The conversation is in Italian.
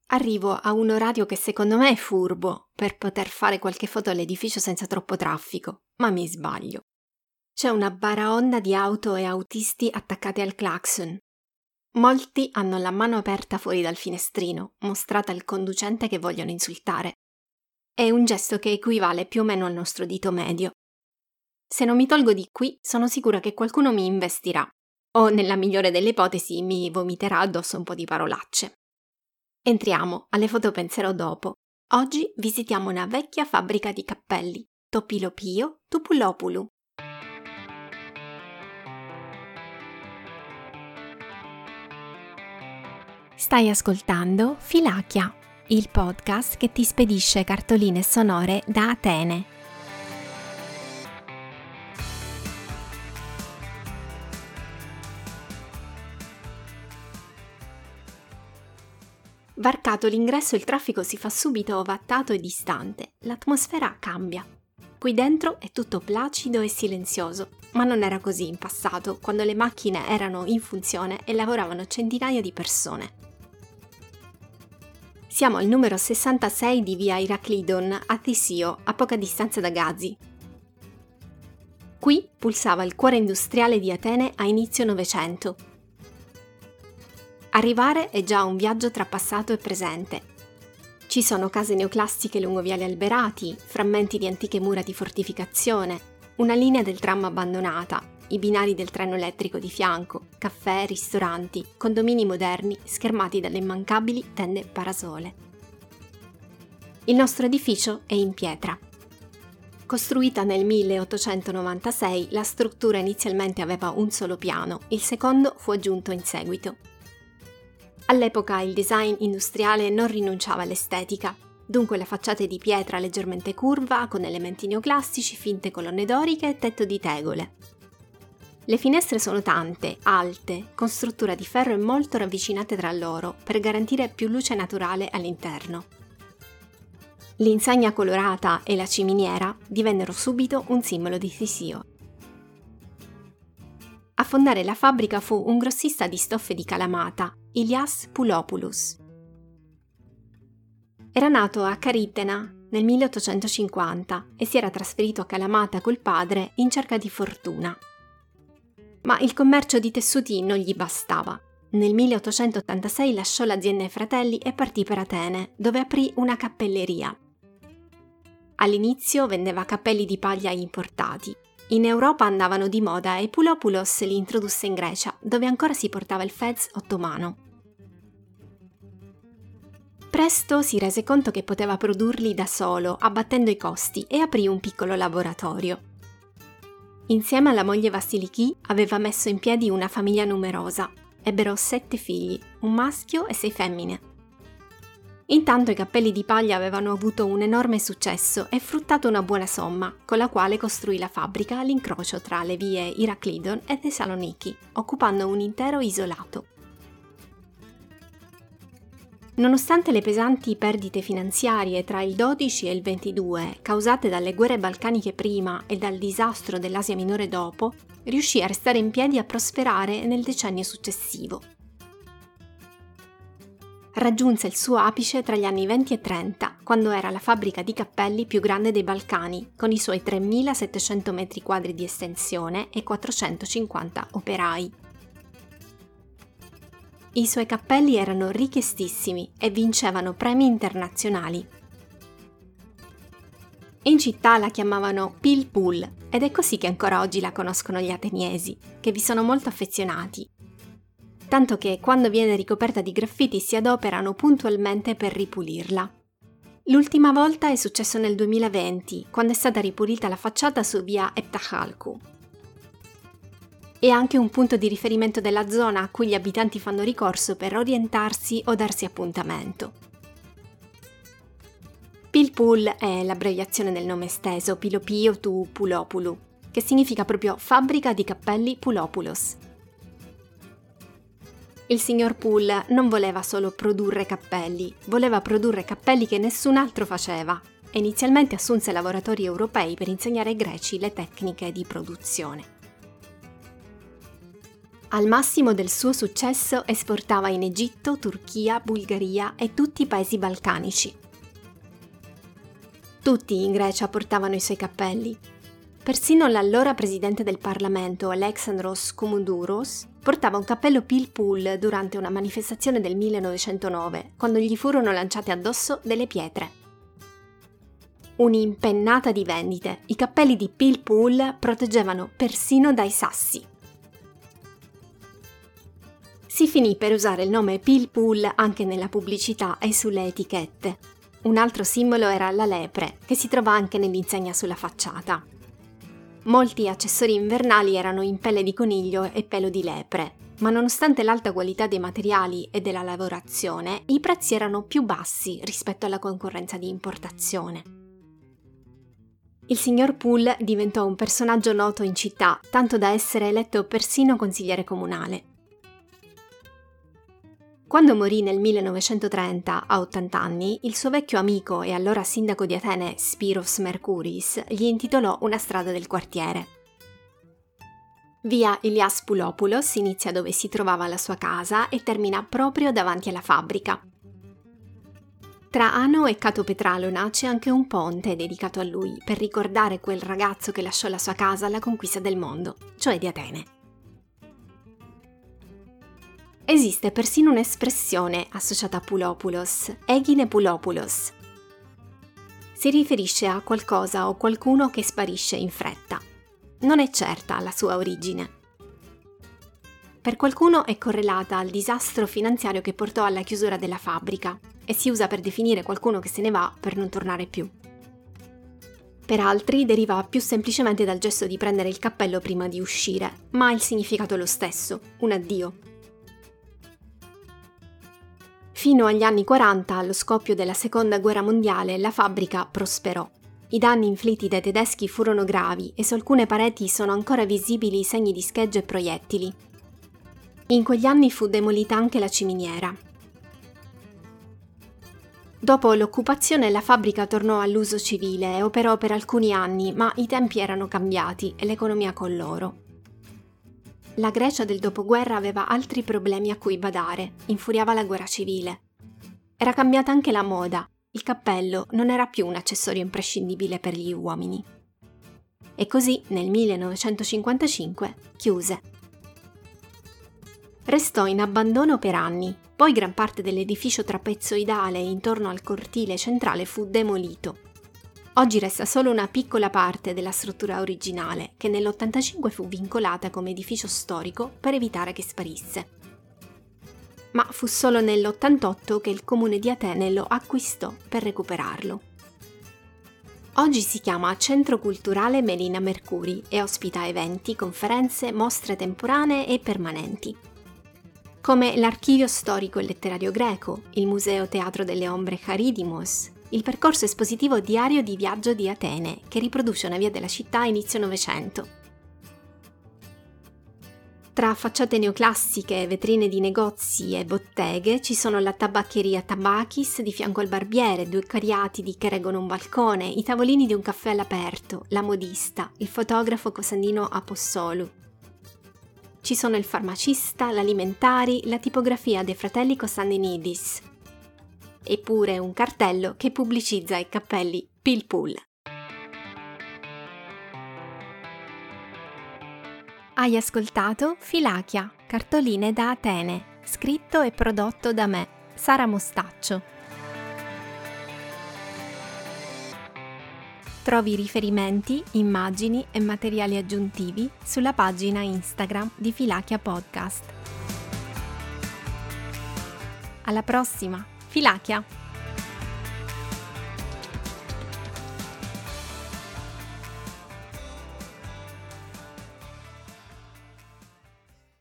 Arrivo a un orario che secondo me è furbo per poter fare qualche foto all'edificio senza troppo traffico, ma mi sbaglio. C'è una baraonda di auto e autisti attaccati al clacson. Molti hanno la mano aperta fuori dal finestrino, mostrata al conducente che vogliono insultare. È un gesto che equivale più o meno al nostro dito medio. Se non mi tolgo di qui, sono sicura che qualcuno mi investirà, o nella migliore delle ipotesi mi vomiterà addosso un po' di parolacce. Entriamo, alle foto penserò dopo. Oggi visitiamo una vecchia fabbrica di cappelli, Topilopio Tupulopulu. Stai ascoltando Filachia, il podcast che ti spedisce cartoline sonore da Atene. Varcato l'ingresso il traffico si fa subito ovattato e distante, l'atmosfera cambia. Qui dentro è tutto placido e silenzioso, ma non era così in passato, quando le macchine erano in funzione e lavoravano centinaia di persone. Siamo al numero 66 di via Iraklidon a Thesio, a poca distanza da Gazi. Qui pulsava il cuore industriale di Atene a inizio Novecento. Arrivare è già un viaggio tra passato e presente. Ci sono case neoclassiche lungo viali alberati, frammenti di antiche mura di fortificazione, una linea del tram abbandonata, i binari del treno elettrico di fianco, caffè, ristoranti, condomini moderni schermati dalle immancabili tende parasole. Il nostro edificio è in pietra. Costruita nel 1896, la struttura inizialmente aveva un solo piano, il secondo fu aggiunto in seguito. All'epoca il design industriale non rinunciava all'estetica, dunque la facciata è di pietra leggermente curva, con elementi neoclassici, finte colonne doriche e tetto di tegole. Le finestre sono tante, alte, con struttura di ferro e molto ravvicinate tra loro, per garantire più luce naturale all'interno. L'insegna colorata e la ciminiera divennero subito un simbolo di Thesio. A fondare la fabbrica fu un grossista di stoffe di Kalamata, Ilias Pulopoulos. Era nato a Caritena nel 1850 e si era trasferito a Kalamata col padre in cerca di fortuna. Ma il commercio di tessuti non gli bastava. Nel 1886 lasciò l'azienda ai fratelli e partì per Atene, dove aprì una cappelleria. All'inizio vendeva cappelli di paglia importati. In Europa andavano di moda e Pulopoulos li introdusse in Grecia, dove ancora si portava il fez ottomano. Presto si rese conto che poteva produrli da solo, abbattendo i costi, e aprì un piccolo laboratorio. Insieme alla moglie Vasiliki aveva messo in piedi una famiglia numerosa. Ebbero 7 figli, un maschio e 6 femmine. Intanto i cappelli di paglia avevano avuto un enorme successo e fruttato una buona somma, con la quale costruì la fabbrica all'incrocio tra le vie Iraklidon e Thessaloniki, occupando un intero isolato. Nonostante le pesanti perdite finanziarie tra il 12 e il 22, causate dalle guerre balcaniche prima e dal disastro dell'Asia Minore dopo, riuscì a restare in piedi e a prosperare nel decennio successivo. Raggiunse il suo apice tra gli anni 20 e 30, quando era la fabbrica di cappelli più grande dei Balcani, con i suoi 3.700 metri quadri di estensione e 450 operai. I suoi cappelli erano richiestissimi e vincevano premi internazionali. In città la chiamavano Pilpul ed è così che ancora oggi la conoscono gli ateniesi, che vi sono molto affezionati. Tanto che quando viene ricoperta di graffiti si adoperano puntualmente per ripulirla. L'ultima volta è successo nel 2020, quando è stata ripulita la facciata su via Eptahalku. È anche un punto di riferimento della zona a cui gli abitanti fanno ricorso per orientarsi o darsi appuntamento. Pilpul è l'abbreviazione del nome esteso Pilopio Tupulopulu, che significa proprio fabbrica di cappelli Pulopoulos. Il signor Pool non voleva solo produrre cappelli, voleva produrre cappelli che nessun altro faceva e inizialmente assunse lavoratori europei per insegnare ai greci le tecniche di produzione. Al massimo del suo successo esportava in Egitto, Turchia, Bulgaria e tutti i paesi balcanici. Tutti in Grecia portavano i suoi cappelli. Persino l'allora presidente del Parlamento, Alexandros Koumoundouros, portava un cappello Pilpul durante una manifestazione del 1909, quando gli furono lanciate addosso delle pietre. Un'impennata di vendite. I cappelli di Pilpul proteggevano persino dai sassi. Si finì per usare il nome Pilpul anche nella pubblicità e sulle etichette. Un altro simbolo era la lepre, che si trova anche nell'insegna sulla facciata. Molti accessori invernali erano in pelle di coniglio e pelo di lepre, ma nonostante l'alta qualità dei materiali e della lavorazione, i prezzi erano più bassi rispetto alla concorrenza di importazione. Il signor Poole diventò un personaggio noto in città, tanto da essere eletto persino consigliere comunale. Quando morì nel 1930, a 80 anni, il suo vecchio amico e allora sindaco di Atene, Spiros Merkouris, gli intitolò una strada del quartiere. Via Ilias Poulopoulos inizia dove si trovava la sua casa e termina proprio davanti alla fabbrica. Tra Ano e Cato Petralona c'è anche un ponte dedicato a lui per ricordare quel ragazzo che lasciò la sua casa alla conquista del mondo, cioè di Atene. Esiste persino un'espressione associata a Poulopoulos, Egine Poulopoulos. Si riferisce a qualcosa o qualcuno che sparisce in fretta. Non è certa la sua origine. Per qualcuno è correlata al disastro finanziario che portò alla chiusura della fabbrica e si usa per definire qualcuno che se ne va per non tornare più. Per altri deriva più semplicemente dal gesto di prendere il cappello prima di uscire, ma il significato è lo stesso, un addio. Fino agli anni 40, allo scoppio della Seconda Guerra Mondiale, la fabbrica prosperò. I danni inflitti dai tedeschi furono gravi e su alcune pareti sono ancora visibili segni di schegge e proiettili. In quegli anni fu demolita anche la ciminiera. Dopo l'occupazione la fabbrica tornò all'uso civile e operò per alcuni anni, ma i tempi erano cambiati e l'economia con loro. La Grecia del dopoguerra aveva altri problemi a cui badare, infuriava la guerra civile. Era cambiata anche la moda, il cappello non era più un accessorio imprescindibile per gli uomini. E così nel 1955 chiuse. Restò in abbandono per anni, poi gran parte dell'edificio trapezoidale intorno al cortile centrale fu demolito. Oggi resta solo una piccola parte della struttura originale, che nell'85 fu vincolata come edificio storico per evitare che sparisse. Ma fu solo nell'88 che il comune di Atene lo acquistò per recuperarlo. Oggi si chiama Centro Culturale Melina Mercouri e ospita eventi, conferenze, mostre temporanee e permanenti. Come l'Archivio Storico e Letterario Greco, il Museo Teatro delle Ombre Charidimos, il percorso espositivo Diario di Viaggio di Atene, che riproduce una via della città a inizio Novecento. Tra facciate neoclassiche, vetrine di negozi e botteghe ci sono la tabaccheria Tabakis di fianco al barbiere, 2 cariatidi che reggono un balcone, i tavolini di un caffè all'aperto, la modista, il fotografo Cosandino Apossolu. Ci sono il farmacista, l'alimentari, la tipografia dei fratelli Costandinidis. Eppure un cartello che pubblicizza i cappelli Pilpul. Hai ascoltato Filachia, cartoline da Atene, scritto e prodotto da me, Sara Mostaccio. Trovi riferimenti, immagini e materiali aggiuntivi sulla pagina Instagram di Filachia Podcast. Alla prossima! Filachia!